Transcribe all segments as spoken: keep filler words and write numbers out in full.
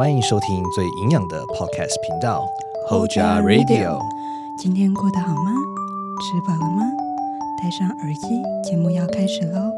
欢迎收听最营养的 Podcast 频道 Hoja Radio。 今天过得好吗？吃饱了吗？戴上耳机，节目要开始咯。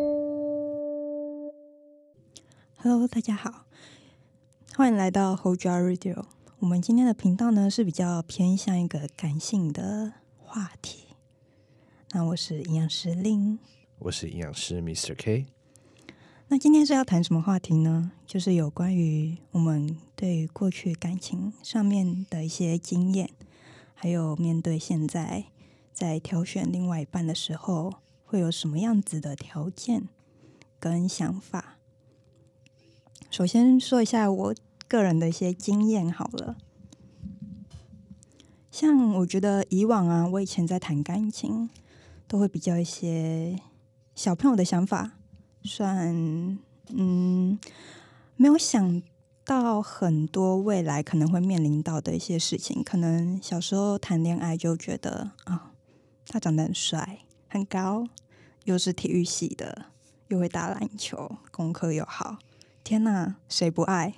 Hello， 大家好，欢迎来到 Hoja Radio。 我们今天的频道呢是比较偏向一个感性的话题。那我是营养师令， 我是营养师 Mister K。 那今天是要谈什么话题呢？就是有关于我们对于过去感情上面的一些经验，还有面对现在在挑选另外一半的时候会有什么样子的条件跟想法。首先说一下我个人的一些经验好了。像我觉得以往啊，我以前在谈感情都会比较一些小朋友的想法，算嗯，没有想到很多未来可能会面临到的一些事情。可能小时候谈恋爱就觉得啊、哦，他长得很帅很高，又是体育系的，又会打篮球，功课又好，天哪，谁不爱？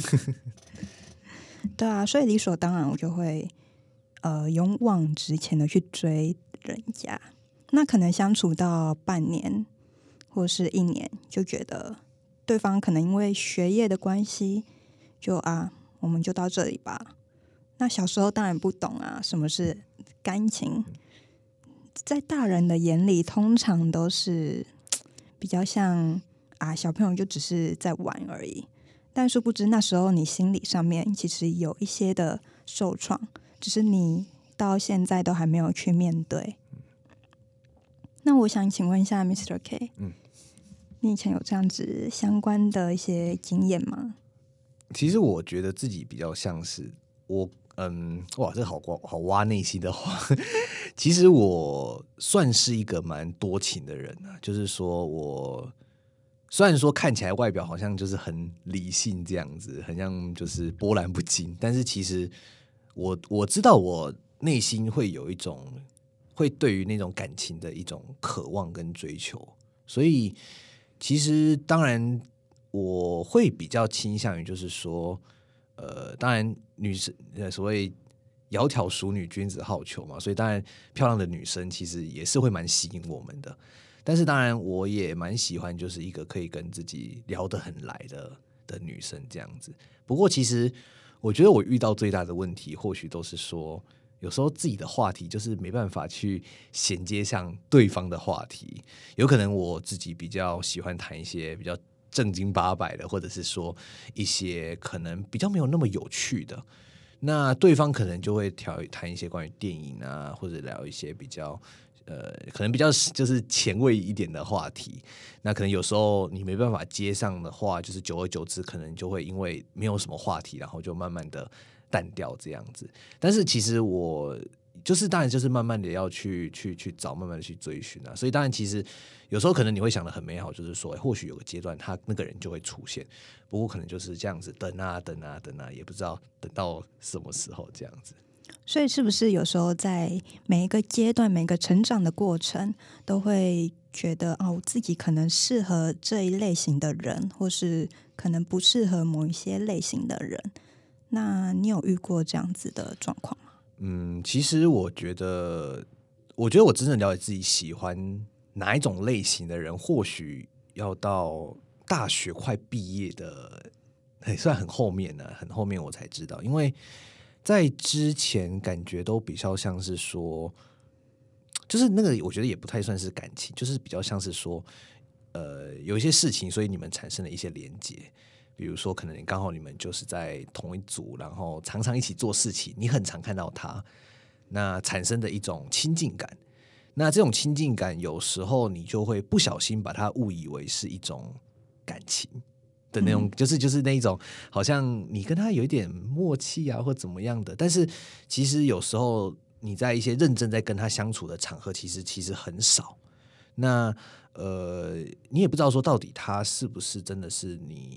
对啊，所以理所当然我就会呃勇往直前的去追人家。那可能相处到半年或是一年，就觉得对方可能因为学业的关系，就啊，我们就到这里吧。那小时候当然不懂啊，什么是感情，在大人的眼里，通常都是比较像啊，小朋友就只是在玩而已。但殊不知，那时候你心理上面其实有一些的受创，只是你到现在都还没有去面对。那我想请问一下 Mister K， 嗯，你以前有这样子相关的一些经验吗？ 其实我觉得自己比较像是我，嗯，哇，这好好挖内心的话。其实我算是一个蛮多情的人啊，就是说我虽然说看起来外表好像就是很理性这样子，很像就是波澜不惊，但是其实我我知道我内心会有一种会对于那种感情的一种渴望跟追求，所以其实当然我会比较倾向于就是说，呃，当然女生所谓窈窕淑女，君子好逑嘛，所以当然漂亮的女生其实也是会蛮吸引我们的。但是当然我也蛮喜欢就是一个可以跟自己聊得很来的的女生这样子。不过其实我觉得我遇到最大的问题，或许都是说，有时候自己的话题就是没办法去衔接上对方的话题。有可能我自己比较喜欢谈一些比较正经八百的，或者是说一些可能比较没有那么有趣的，那对方可能就会谈一些关于电影啊，或者聊一些比较呃，可能比较就是前卫一点的话题。那可能有时候你没办法接上的话，就是久而久之可能就会因为没有什么话题，然后就慢慢的淡掉这样子。但是其实我就是当然就是慢慢的要去去去找，慢慢的去追寻啊。所以当然其实有时候可能你会想得很美好，就是说、欸、或许有个阶段他那个人就会出现，不过可能就是这样子等啊等啊等啊，也不知道等到什么时候这样子。 所以是不是有时候在每一个阶段每个成长的过程都会觉得哦，我自己可能适合这一类型的人，或是可能不适合某一些类型的人？那你有遇过这样子的状况吗？ 嗯，其实我觉得我觉得我真正了解自己喜欢哪一种类型的人，或许要到大学快毕业的算很后面呢、啊，很后面我才知道。因为在之前感觉都比较像是说，就是那个我觉得也不太算是感情，就是比较像是说呃，有一些事情所以你们产生了一些连结，比如说可能刚好你们就是在同一组，然后常常一起做事情，你很常看到他，那产生的一种亲近感。那这种亲近感有时候你就会不小心把它误以为是一种感情的那种、嗯、就是就是那一种好像你跟他有一点默契啊或怎么样的，但是其实有时候你在一些认真在跟他相处的场合其实其实很少。那呃，你也不知道说到底他是不是真的是你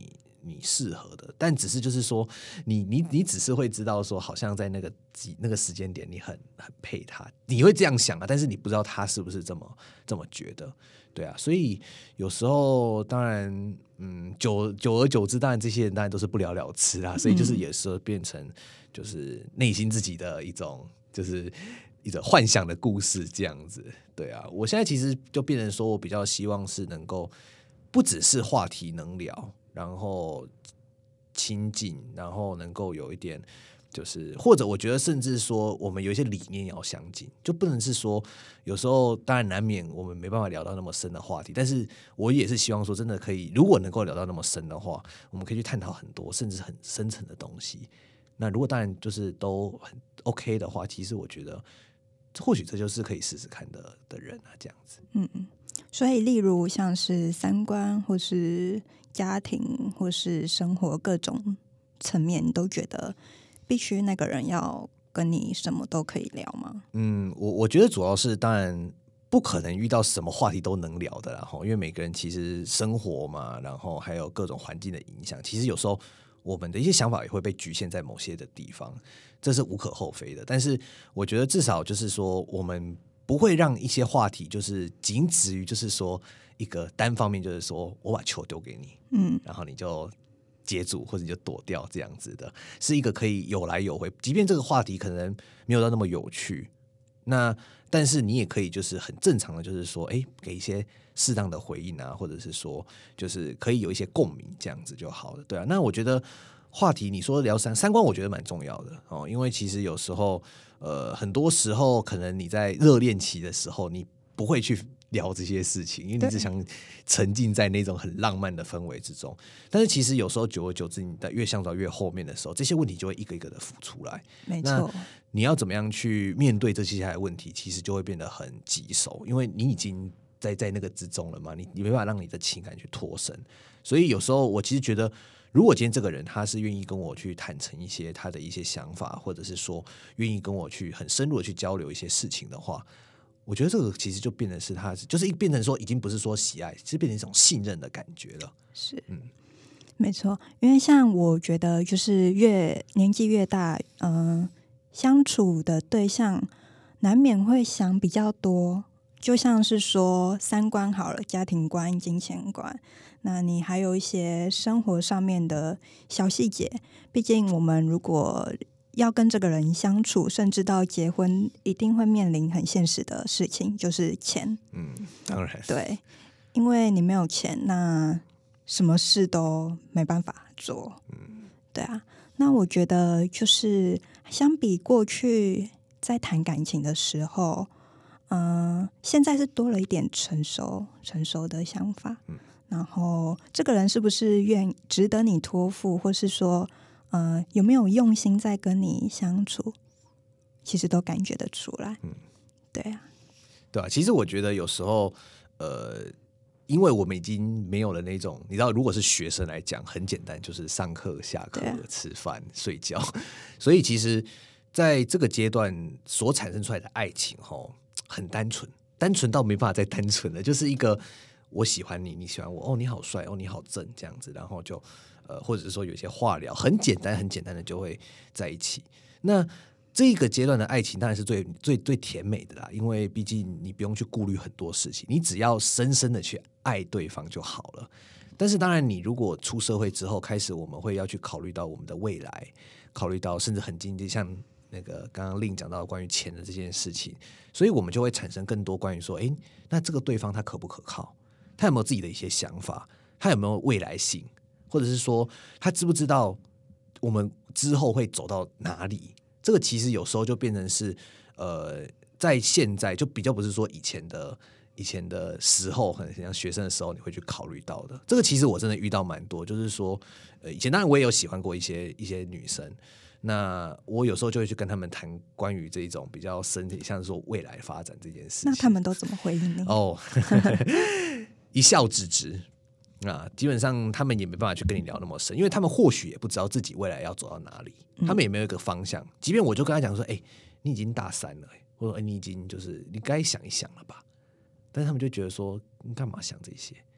你适合的，但只是就是说你你你只是会知道说好像在那个那个时间点你很很配他，你会这样想啊，但是你不知道他是不是这么这么觉得，对啊，所以有时候当然嗯久久而久之，当然这些人当然都是不了了之啦，所以就是有时候变成就是内心自己的一种就是一种幻想的故事这样子，对啊，我现在其实就变成说我比较希望是能够不只是话题能聊，然后亲近，然后能够有一点就是或者我觉得甚至说我们有一些理念要相近，就不能是说有时候当然难免我们没办法聊到那么深的话题，但是我也是希望说真的可以，如果能够聊到那么深的话，我们可以去探讨很多甚至很深层的东西。那如果当然就是都很 OK 的话，其实我觉得或许这就是可以试试看的的人啊，这样子。 嗯嗯，所以例如像是三观或是家庭或是生活各种层面，你都觉得必须那个人要跟你什么都可以聊吗？ 嗯，我我觉得主要是当然不可能遇到什么话题都能聊的啦，因为每个人其实生活嘛，然后还有各种环境的影响，其实有时候我们的一些想法也会被局限在某些的地方，这是无可厚非的。但是我觉得至少就是说，我们不会让一些话题就是仅止于就是说一个单方面，就是说我把球丢给你，嗯，然后你就接住或者你就躲掉这样子的，是一个可以有来有回，即便这个话题可能没有到那么有趣，那但是你也可以就是很正常的就是说，哎，给一些适当的回应啊，或者是说就是可以有一些共鸣，这样子就好了，对啊。那我觉得话题你说聊三三观，我觉得蛮重要的哦，因为其实有时候呃很多时候可能你在热恋期的时候，你不会去聊这些事情，因为你只想沉浸在那种很浪漫的氛围之中。但是其实有时候久而久之，你在越相处到越后面的时候，这些问题就会一个一个的浮出来。 没错， 你要怎么样去面对这些问题，其实就会变得很棘手，因为你已经在在那个之中了嘛，你你没办法让你的情感去脱身。所以有时候我其实觉得，如果今天这个人他是愿意跟我去坦诚一些他的一些想法，或者是说愿意跟我去很深入的去交流一些事情的话，我觉得这个其实就变成是他就是变成说已经不是说喜爱，其实变成一种信任的感觉了。 是， 嗯， 没错。因为像我觉得就是越年纪越大，嗯、呃，相处的对象难免会想比较多，就像是说三观好了，家庭观、金钱观，那你还有一些生活上面的小细节。毕竟我们如果要跟这个人相处，甚至到结婚，一定会面临很现实的事情，就是钱。 嗯，当然， 对，因为你没有钱，那什么事都没办法做。嗯，对啊。那我觉得就是相比过去在谈感情的时候，嗯、呃，现在是多了一点成熟、成熟的想法。嗯，然后这个人是不是愿值得你托付，或是说，呃，有没有用心在跟你相处，其实都感觉得出来。嗯，对啊， 对啊。其实我觉得有时候，呃，因为我们已经没有了那种，你知道，如果是学生来讲，很简单，就是上课、下课、啊、吃饭、睡觉，所以其实在这个阶段所产生出来的爱情，吼，很单纯，单纯到没办法再单纯了，就是一个我喜欢你，你喜欢我，哦，你好帅，哦，你好正，这样子，然后就呃，或者是说有些话聊，很简单，很简单的就会在一起。那这个阶段的爱情当然是最最最甜美的啦，因为毕竟你不用去顾虑很多事情，你只要深深的去爱对方就好了。但是当然，你如果出社会之后，开始我们会要去考虑到我们的未来，考虑到甚至很经济，像那个刚刚令讲到关于钱的这件事情，所以我们就会产生更多关于说，哎，那这个对方他可不可靠？他有没有自己的一些想法？他有没有未来性？或者是说，他知不知道我们之后会走到哪里？这个其实有时候就变成是，呃，在现在就比较不是说以前的以前的时候，很像学生的时候你会去考虑到的。这个其实我真的遇到蛮多，就是说，呃，以前当然我也有喜欢过一些一些女生，那我有时候就会去跟他们谈关于这一种比较深，像是说未来发展这件事情。 那他们都怎么回应你？ 哦，一笑置之。啊，基本上他们也没办法去跟你聊那么深，因为他们或许也不知道自己未来要走到哪里，他们也没有一个方向。即便我就跟他讲说，哎、欸，你已经大三了、欸，或者、欸、你已经就是你该想一想了吧，但是他们就觉得说，你干嘛想这些？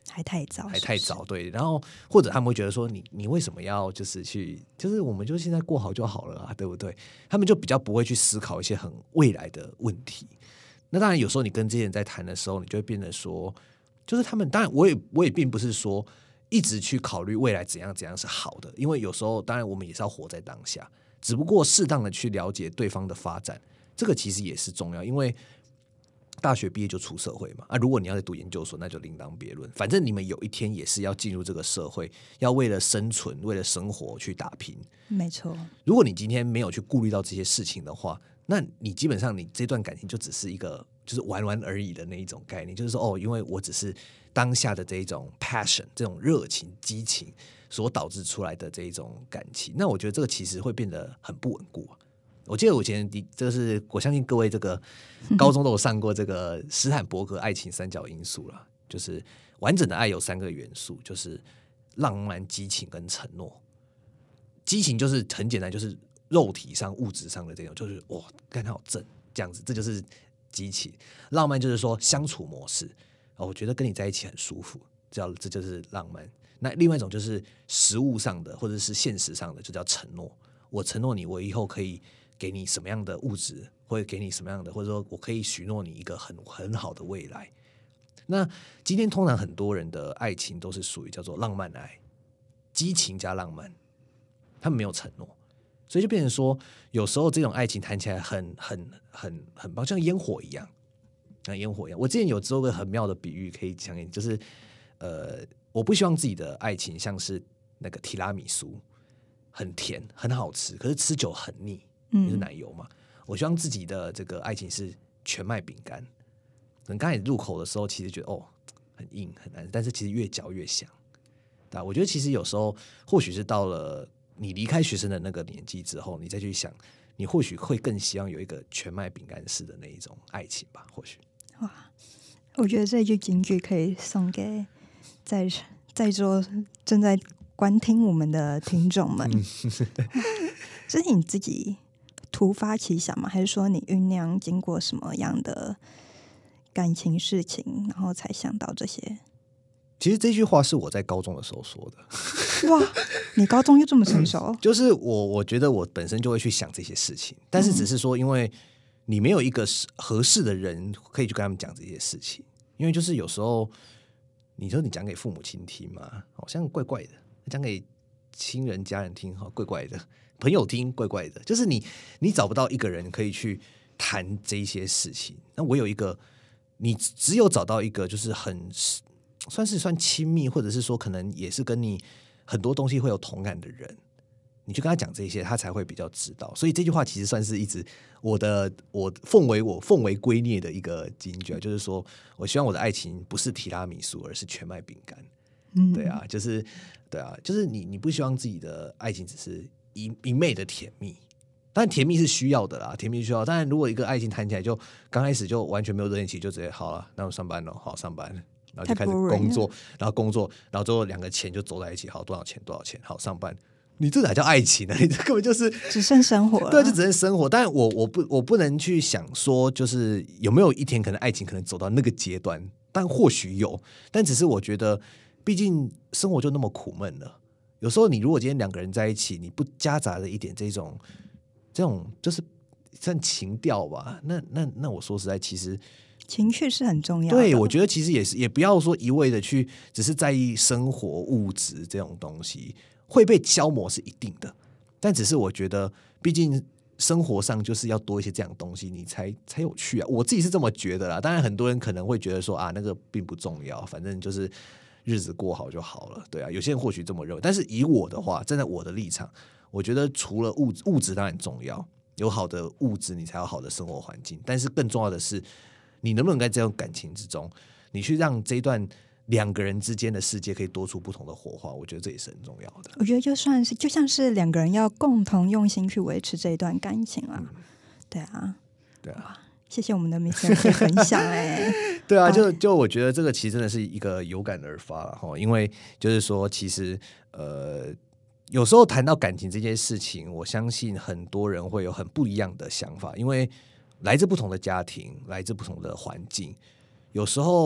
还太早， 还太早，对。然后或者他们会觉得说你你为什么要就是去，就是我们就现在过好就好了啊，对不对？他们就比较不会去思考一些很未来的问题。那当然有时候你跟这些人在谈的时候，你就会变得说，就是他们当然我也我也并不是说一直去考虑未来怎样怎样是好的，因为有时候当然我们也是要活在当下，只不过适当的去了解对方的发展，这个其实也是重要，因为大学毕业就出社会嘛，啊，如果你要在读研究所，那就另当别论。反正你们有一天也是要进入这个社会，要为了生存、为了生活去打拼。 没错。 如果你今天没有去顾虑到这些事情的话，那你基本上你这段感情就只是一个就是玩玩而已的那一种概念，就是说哦，因为我只是当下的这一种 passion、这种热情、激情所导致出来的这一种感情，那我觉得这个其实会变得很不稳固啊。我记得我以前这是我相信各位这个高中都有上过这个斯坦伯格爱情三角因素啦，就是完整的爱有三个元素，就是浪漫、激情跟承诺。激情就是很简单，就是肉体上、物质上的这种，就是哇，看他好正这样子，这就是激情。浪漫就是说相处模式，哦，我觉得跟你在一起很舒服，这叫这就是浪漫。那另外一种就是实物上的或者是现实上的，就叫承诺。我承诺你，我以后可以给你什么样的物质，或者给你什么样的，或者说我可以许诺你一个很很好的未来。那今天通常很多人的爱情都是属于叫做浪漫爱，激情加浪漫，他们没有承诺，所以就变成说，有时候这种爱情谈起来很很很很棒，像烟火一样，像烟火一样。我之前有做过很妙的比喻，可以讲给你，就是呃，我不希望自己的爱情像是那个提拉米苏，很甜很好吃，可是吃久很腻。就是奶油嘛，我希望自己的这个爱情是全麦饼干。可能刚开始入口的时候，其实觉得哦很硬很难，但是其实越嚼越香。对吧？我觉得其实有时候，或许是到了你离开学生的那个年纪之后，你再去想，你或许会更希望有一个全麦饼干式的那一种爱情吧。或许哇，我觉得这句金句可以送给在在座正在观听我们的听众们。这是你自己突发奇想吗？还是说你酝酿经过什么样的感情事情，然后才想到这些？ 其实这句话是我在高中的时候说的。 哇，你高中就这么成熟？ 嗯、就是我，我觉得我本身就会去想这些事情，但是只是说，因为你没有一个合适的人可以去跟他们讲这些事情，因为就是有时候你说你讲给父母亲听嘛，好像怪怪的；讲给亲人家人听，怪怪的。朋友听怪怪的，就是你你找不到一个人可以去谈这些事情。那我有一个，你只有找到一个就是很算是算亲密，或者是说可能也是跟你很多东西会有同感的人，你去跟他讲这些，他才会比较知道。所以这句话其实算是一直我的我奉为我奉为圭臬的一个金句，就是说我希望我的爱情不是提拉米苏，而是全麦饼干。嗯，对啊，就是对啊，就是你你不希望自己的爱情只是一一昧的甜蜜，但甜蜜是需要的啦，甜蜜需要。当然，如果一个爱情谈起来就刚开始就完全没有热恋期，就直接好了，那我上班了，好上班，然后就开始工作，然后工作，然后最后两个钱就走在一起，好多少钱多少钱，好上班。你这哪叫爱情呢、啊？你这根本就是只剩生活了。 对，就只剩生活。但我我不我不能去想说，就是有没有一天可能爱情可能走到那个阶段，但或许有，但只是我觉得，毕竟生活就那么苦闷了。有时候你如果今天两个人在一起，你不夹杂了一点这种这种就是算情调吧，那那那我说实在，其实情绪是很重要的。 对，我觉得其实也是，也不要说一味的去只是在意生活物质这种东西会被消磨是一定的，但只是我觉得，毕竟生活上就是要多一些这样的东西，你才才有趣啊。我自己是这么觉得啦，当然很多人可能会觉得说啊，那个并不重要，反正就是日子过好就好了，对啊，有些人或许这么认为，但是以我的话，站在我的立场，我觉得除了物质，物质当然重要，有好的物质你才有好的生活环境，但是更重要的是，你能不能在这种感情之中，你去让这一段两个人之间的世界可以多出不同的火花，我觉得这也是很重要的。 我觉得就算是就像是两个人要共同用心去维持这一段感情啊，嗯、对啊， 对啊。 谢谢我们的 Mister K 分享哎、欸， 对啊，就就我觉得这个其实真的是一个有感而发了哈，因为就是说，其实呃，有时候谈到感情这件事情，我相信很多人会有很不一样的想法，因为来自不同的家庭，来自不同的环境，有时候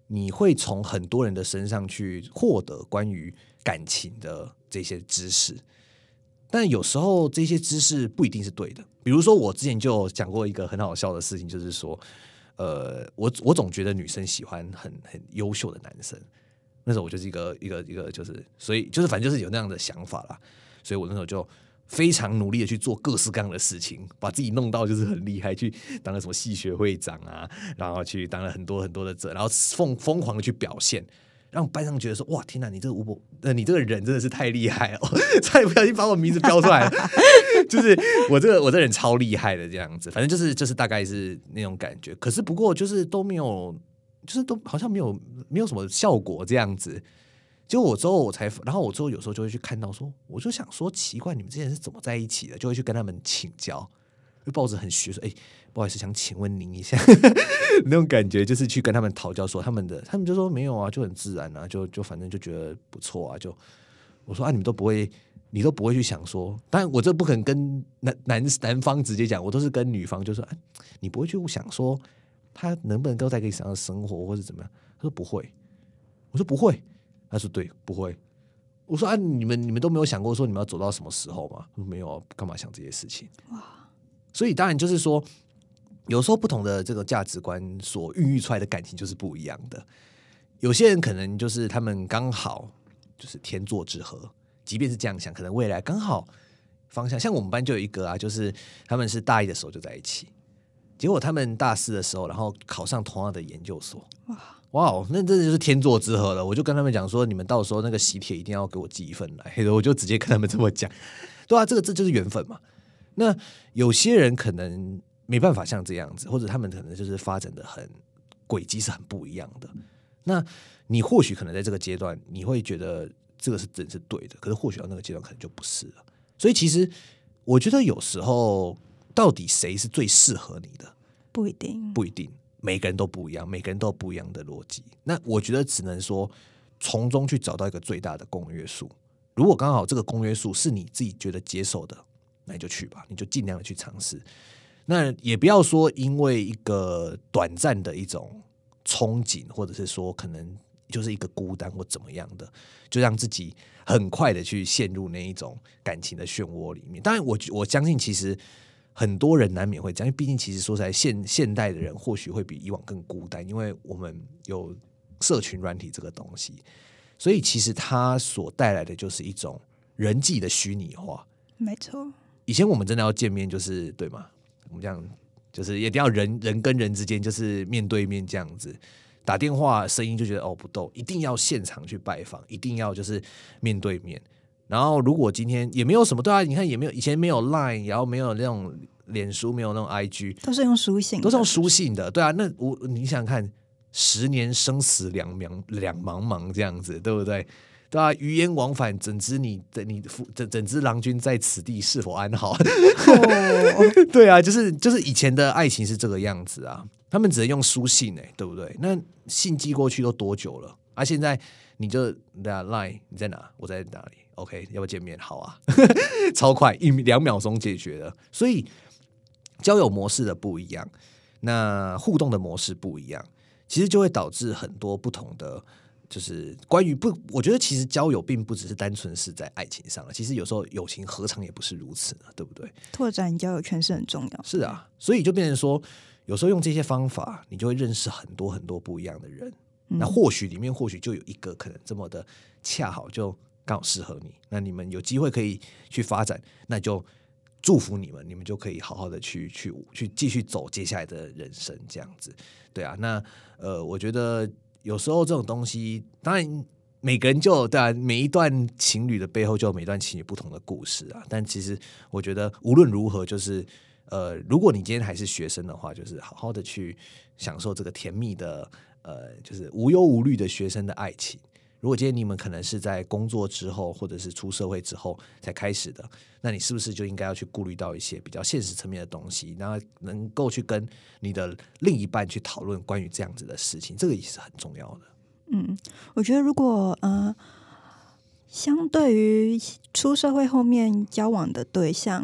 你会从很多人的身上去获得关于感情的这些知识，但有时候这些知识不一定是对的。比如说我之前就讲过一个很好笑的事情，就是说呃，我我总觉得女生喜欢很很优秀的男生，那时候我就是一个一个一个就是所以就是反正就是有那样的想法啦，所以我那时候就非常努力的去做各式各样的事情，把自己弄到就是很厉害，去当了什么系学会长啊，然后去当了很多很多的责，然后疯疯狂的去表现，让班上觉得说哇天哪，你这个吴伯，呃，你这个人真的是太厉害了，差点不小心把我名字标出来了，就是我这个我这人超厉害的这样子，反正就是就是大概是那种感觉。可是不过就是都没有，就是都好像没有没有什么效果这样子。结果我之后我才，然后我之后有时候就会去看到说，我就想说奇怪，你们之前是怎么在一起的？就会去跟他们请教，就抱着很学说，哎、欸，不好意思，想请问您一下，那种感觉就是去跟他们讨教说他们的，他们就说没有啊，就很自然啊，就就反正就觉得不错啊，就我说啊，你们都不会，你都不会去想说，当然我这不可能跟男男男方直接讲，我都是跟女方就说，啊，你不会去想说他能不能够在跟你上生活或是怎么样？他说不会，我说不会。他说对，不会。我说啊，你们你们都没有想过说你们要走到什么时候吗？说没有啊，干嘛想这些事情？哇！所以当然就是说，有时候不同的这个价值观所孕育出来的感情就是不一样的。有些人可能就是他们刚好就是天作之合，即便是这样想，可能未来刚好方向。像我们班就有一个啊，就是他们是大一的时候就在一起，结果他们大四的时候，然后考上同样的研究所。哇！哇、wow, 那真的就是天作之合了。我就跟他们讲说，你们到时候那个喜帖一定要给我寄一份来，我就直接跟他们这么讲。对啊，这个这就是缘分嘛。那有些人可能没办法像这样子，或者他们可能就是发展的很轨迹是很不一样的。那你或许可能在这个阶段你会觉得这个是真是对的，可是或许到那个阶段可能就不是了。所以其实我觉得有时候到底谁是最适合你的， 不一定， 不一定。每个人都不一样，每个人都有不一样的逻辑。那我觉得只能说从中去找到一个最大的公约数。如果刚好这个公约数是你自己觉得接受的，那你就去吧，你就尽量的去尝试。那也不要说因为一个短暂的一种憧憬，或者是说可能就是一个孤单或怎么样的，就让自己很快的去陷入那一种感情的漩涡里面。当然我我相信其实很多人难免会这样，因为毕竟其实说实在，现现代的人或许会比以往更孤单，因为我们有社群软体这个东西，所以其实它所带来的就是一种人际的虚拟化。 没错， 以前我们真的要见面，就是对吗？我们这样就是一定要人人跟人之间就是面对面这样子，打电话声音就觉得哦不逗，一定要现场去拜访，一定要就是面对面。然后如果今天也没有什么，对啊，你看也没有以前没有 Line， 然后没有那种脸书，没有那种 I G， 都是用书信的， 都是用书信的，对啊。那我你想想看，十年生死两茫两茫茫这样子，对不对？对啊，余烟往返，怎知你你整整只郎君在此地是否安好？哦、对啊，就是就是以前的爱情是这个样子啊，他们只能用书信哎、欸，对不对？那信寄过去都多久了？啊，现在你就对啊 ，Line 你在哪？我在哪里 ？OK， 要不要见面？好啊，超快，一两秒钟解决了。所以交友模式的不一样，那互动的模式不一样，其实就会导致很多不同的。就是关于不，我觉得其实交友并不只是单纯是在爱情上了，其实有时候友情何尝也不是如此呢？对不对？ 拓展交友圈是很重要。 是啊，所以就变成说，有时候用这些方法，你就会认识很多很多不一样的人。嗯、那或许里面或许就有一个可能这么的恰好就刚好适合你，那你们有机会可以去发展，那就祝福你们，你们就可以好好的去去去继续走接下来的人生，这样子。对啊，那呃，我觉得。有时候这种东西，当然每个人就对啊，每一段情侣的背后就有每段情侣不同的故事啊。但其实我觉得无论如何，就是呃，如果你今天还是学生的话，就是好好的去享受这个甜蜜的呃，就是无忧无虑的学生的爱情。如果今天你们可能是在工作之后，或者是出社会之后才开始的，那你是不是就应该要去顾虑到一些比较现实层面的东西，然后能够去跟你的另一半去讨论关于这样子的事情，这个也是很重要的。 嗯，我觉得如果呃，相对于出社会后面交往的对象，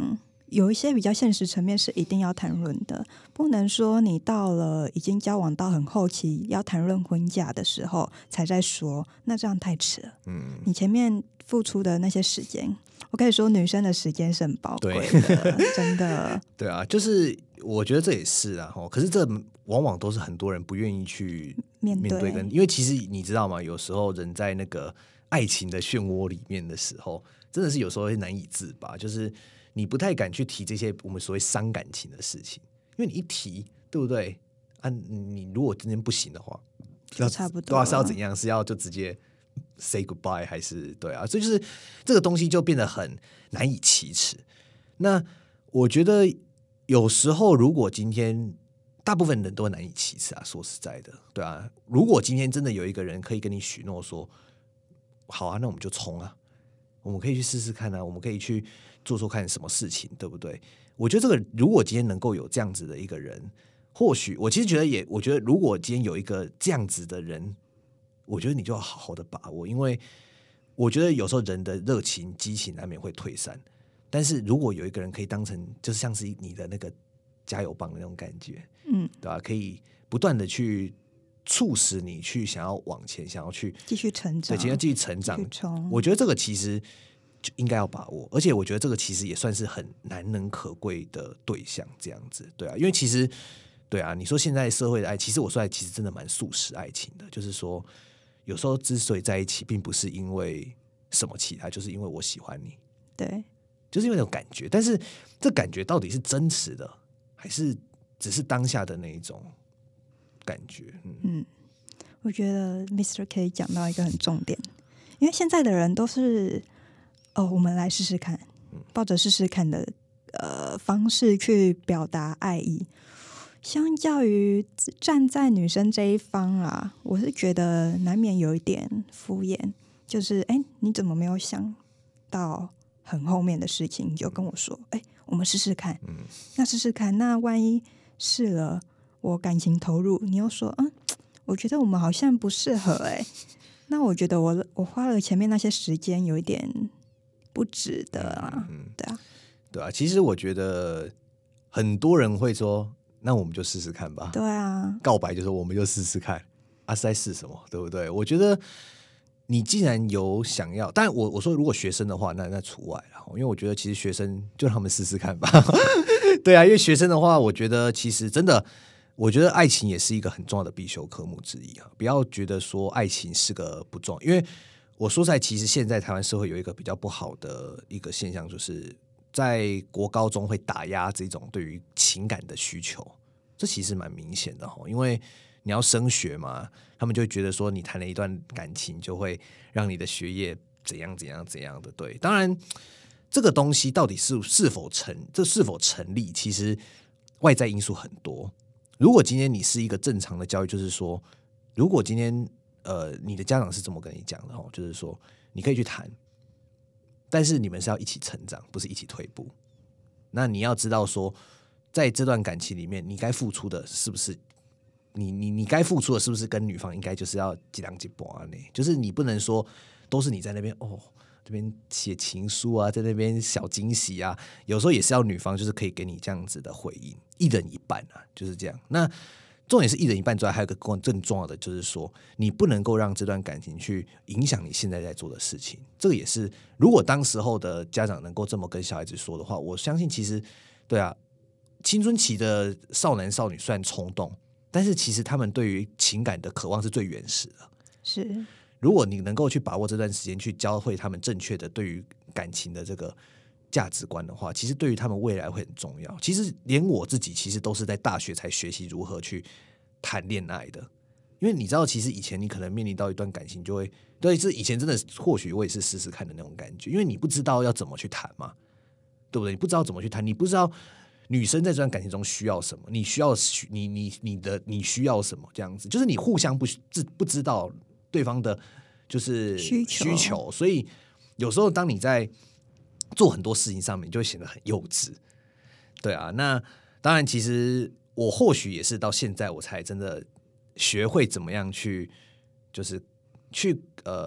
有一些比较现实层面是一定要谈论的，不能说你到了已经交往到很后期要谈论婚嫁的时候才在说，那这样太迟了。嗯，你前面付出的那些时间，我可以说女生的时间是很宝贵的，真的。 对啊，就是我觉得这也是啊，可是这往往都是很多人不愿意去面对，面对跟因为其实你知道吗？有时候人在那个爱情的漩涡里面的时候，真的是有时候会难以自拔，就是你不太敢去提这些我们所谓伤感情的事情，因为你一提，对不对？啊，你如果今天不行的话， 就差不多了，是要怎样？是要就直接 say goodbye 还是对啊？所以就是这个东西就变得很难以启齿。那我觉得有时候如果今天大部分人都难以启齿啊，说实在的，对啊。如果今天真的有一个人可以跟你许诺说，好啊，那我们就冲啊，我们可以去试试看啊，我们可以去做做看什么事情，对不对？我觉得这个如果今天能够有这样子的一个人，或许我其实觉得也，我觉得如果今天有一个这样子的人，我觉得你就要好好的把握，因为我觉得有时候人的热情激情难免会退散，但是如果有一个人可以当成就是像是你的那个加油棒的那种感觉，嗯，对吧？可以不断的去促使你去想要往前，想要去继续成长， 对，想要继续成长。我觉得这个其实就应该要把握，而且我觉得这个其实也算是很难能可贵的对象，这样子，对啊，因为其实对啊，你说现在社会的爱，其实我说来其实真的蛮速食爱情的，就是说有时候之所以在一起，并不是因为什么其他，就是因为我喜欢你， 对， 就是因为那种感觉，但是这感觉到底是真实的，还是只是当下的那一种感觉？嗯， 嗯我觉得 Mister K 讲到一个很重点，因为现在的人都是哦，我们来试试看，抱着试试看的呃方式去表达爱意。相较于站在女生这一方啊，我是觉得难免有一点敷衍，就是哎，你怎么没有想到很后面的事情，你就跟我说，哎，我们试试看，嗯，那试试看，那万一试了，我感情投入，你又说，嗯，我觉得我们好像不适合，哎，那我觉得我我花了前面那些时间，有一点不值得啊，嗯嗯、对啊， 对啊，其实我觉得很多人会说，那我们就试试看吧， 对啊， 告白就说我们就试试看，啊是在试什么，对不对？我觉得。你既然有想要，但我我说如果学生的话，那那除外了，因为我觉得其实学生就让他们试试看吧。对啊，因为学生的话，我觉得其实真的，我觉得爱情也是一个很重要的必修科目之一啊。不要觉得说爱情是个不重要，因为我说实在，其实现在台湾社会有一个比较不好的一个现象，就是在国高中会打压这种对于情感的需求，这其实蛮明显的哈，因为。你要升学嘛，他们就会觉得说你谈了一段感情就会让你的学业怎样怎样怎样的。对，当然这个东西到底是是否成这是否成立，其实外在因素很多。如果今天你是一个正常的教育，就是说，如果今天呃你的家长是这么跟你讲的哦，就是说你可以去谈，但是你们是要一起成长，不是一起退步。那你要知道说，在这段感情里面，你该付出的是不是？你你你该付出的是不是跟女方应该就是要几两几波呢？就是你不能说都是你在那边哦，这边写情书啊，在那边小惊喜啊，有时候也是要女方就是可以给你这样子的回应，一人一半啊，就是这样。那重点是一人一半之外，还有一个更重要的就是说，你不能够让这段感情去影响你现在在做的事情。这个也是，如果当时候的家长能够这么跟小孩子说的话，我相信其实对啊，青春期的少男少女虽然冲动。但是其实他们对于情感的渴望是最原始的。 是， 如果你能够去把握这段时间，去教会他们正确的对于感情的这个价值观的话，其实对于他们未来会很重要。其实连我自己其实都是在大学才学习如何去谈恋爱的，因为你知道，其实以前你可能面临到一段感情，就会对，这以前真的或许我也是试试看的那种感觉，因为你不知道要怎么去谈嘛，对不对？你不知道怎么去谈，你不知道。女生在这段感情中需要什么？你需要你你你的你需要什么？这样子就是你互相不不知道对方的，就是需求， 需求。所以有时候当你在做很多事情上面，就会显得很幼稚。对啊，那当然，其实我或许也是到现在我才真的学会怎么样去，就是去呃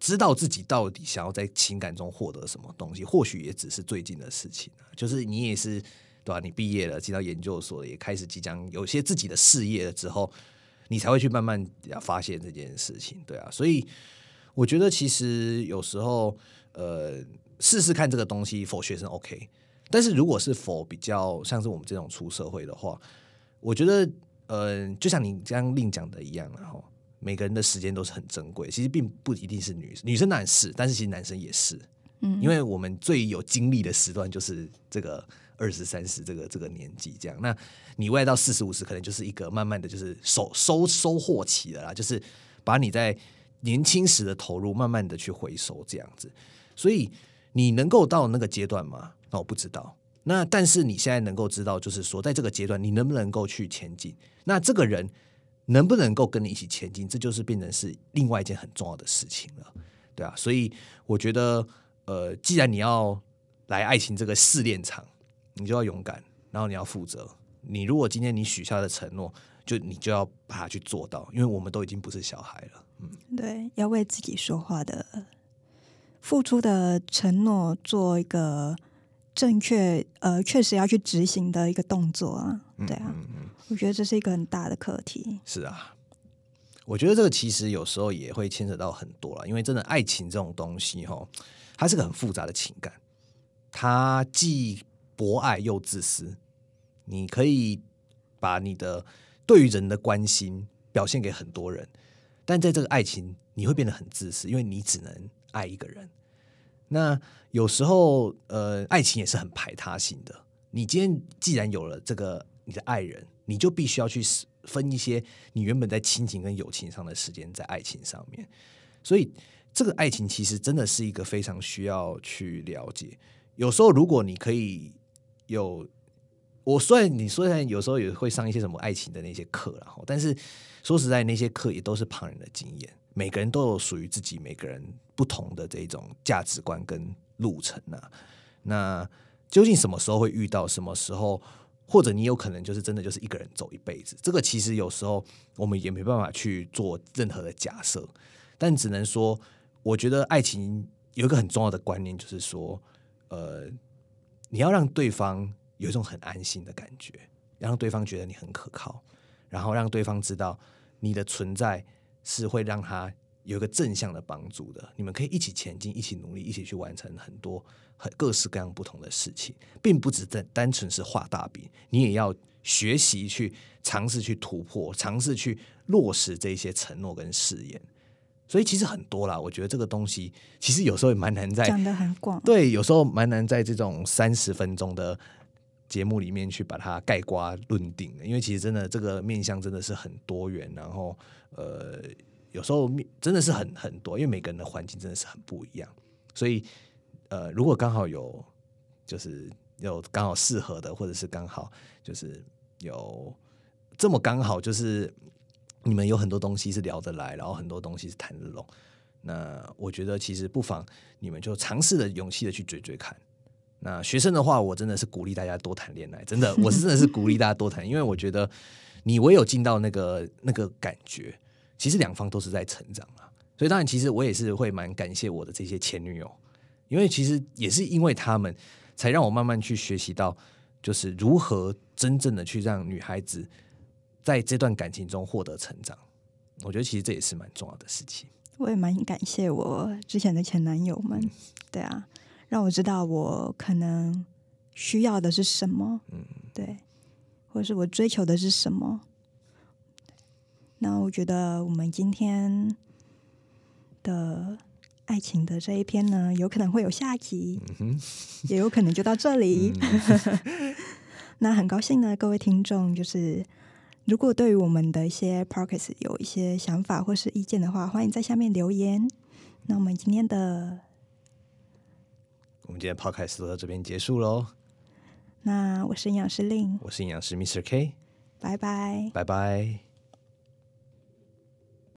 知道自己到底想要在情感中获得什么东西，或许也只是最近的事情、啊、就是你也是对吧、啊？你毕业了，进到研究所了，也开始即将有些自己的事业了之后，你才会去慢慢发现这件事情，对啊。所以我觉得其实有时候呃试试看这个东西否学生 OK， 但是如果是否比较像是我们这种出社会的话，我觉得呃就像你刚刚另讲的一样，然后每个人的时间都是很珍贵，其实并不一定是女女生当然是，但是其实男生也是，嗯，因为我们最有精力的时段就是这个二十三十这个这个年纪这样，那你未来到四十五十可能就是一个慢慢的就是收收收获期了啦，就是把你在年轻时的投入慢慢的去回收这样子，所以你能够到那个阶段吗？那我不知道。那但是你现在能够知道，就是说在这个阶段你能不能够去前进，那这个人能不能够跟你一起前进，这就是变成是另外一件很重要的事情了，对啊。所以我觉得呃，既然你要来爱情这个试炼场，你就要勇敢，然后你要负责，你如果今天你许下的承诺，就你就要把它去做到，因为我们都已经不是小孩了。嗯， 对，要为自己说话的付出的承诺做一个正确呃确实要去执行的一个动作啊，对啊，嗯嗯嗯，我觉得这是一个很大的课题。 是啊，我觉得这个其实有时候也会牵扯到很多啦，因为真的爱情这种东西齁，它是个很复杂的情感，它既博爱又自私，你可以把你的对于人的关心表现给很多人，但在这个爱情你会变得很自私，因为你只能爱一个人。那有时候呃，爱情也是很排他性的，你今天既然有了这个你的爱人，你就必须要去分一些你原本在亲情跟友情上的时间在爱情上面，所以这个爱情其实真的是一个非常需要去了解。有时候如果你可以有，我虽然你虽然有时候也会上一些什么爱情的那些课啦，但是说实在那些课也都是旁人的经验，每个人都有属于自己每个人不同的这种价值观跟路程啊。那究竟什么时候会遇到，什么时候或者你有可能就是真的就是一个人走一辈子，这个其实有时候我们也没办法去做任何的假设，但只能说我觉得爱情有一个很重要的观念，就是说呃，你要让对方有一种很安心的感觉，让对方觉得你很可靠，然后让对方知道你的存在是会让他有一个正向的帮助的，你们可以一起前进，一起努力，一起去完成很多很各式各样不同的事情，并不只单纯是画大饼，你也要学习去尝试去突破，尝试去落实这些承诺跟誓言。所以其实很多啦，我觉得这个东西其实有时候也蛮难在讲得很广， 对，有时候蛮难在这种三十分钟的节目里面去把它概括论定的，因为其实真的这个面向真的是很多元，然后呃有时候真的是很很多，因为每个人的环境真的是很不一样，所以呃如果刚好有就是有刚好适合的，或者是刚好就是有这么刚好就是你们有很多东西是聊得来，然后很多东西是谈得拢，那我觉得其实不妨你们就尝试的勇气的去追追看。那学生的话，我真的是鼓励大家多谈恋爱，真的，我是真的是鼓励大家多谈，因为我觉得你唯有进到那个那个感觉，其实两方都是在成长啊。所以当然，其实我也是会蛮感谢我的这些前女友，因为其实也是因为他们，才让我慢慢去学习到，就是如何真正的去让女孩子在这段感情中获得成长。我觉得其实这也是蛮重要的事情。 我也蛮感谢我之前的前男友们，嗯、对啊，让我知道我可能需要的是什么，嗯，对，或者是我追求的是什么。那我觉得我们今天的爱情的这一篇呢，有可能会有下集，嗯、也有可能就到这里。嗯、那很高兴呢，各位听众，就是如果对于我们的一些 podcast 有一些想法或是意见的话，欢迎在下面留言。那我们今天的我们今天 podcast 都到这边结束咯。 那我是营养师令， 我是营养师 Mister K， 拜拜， 拜拜。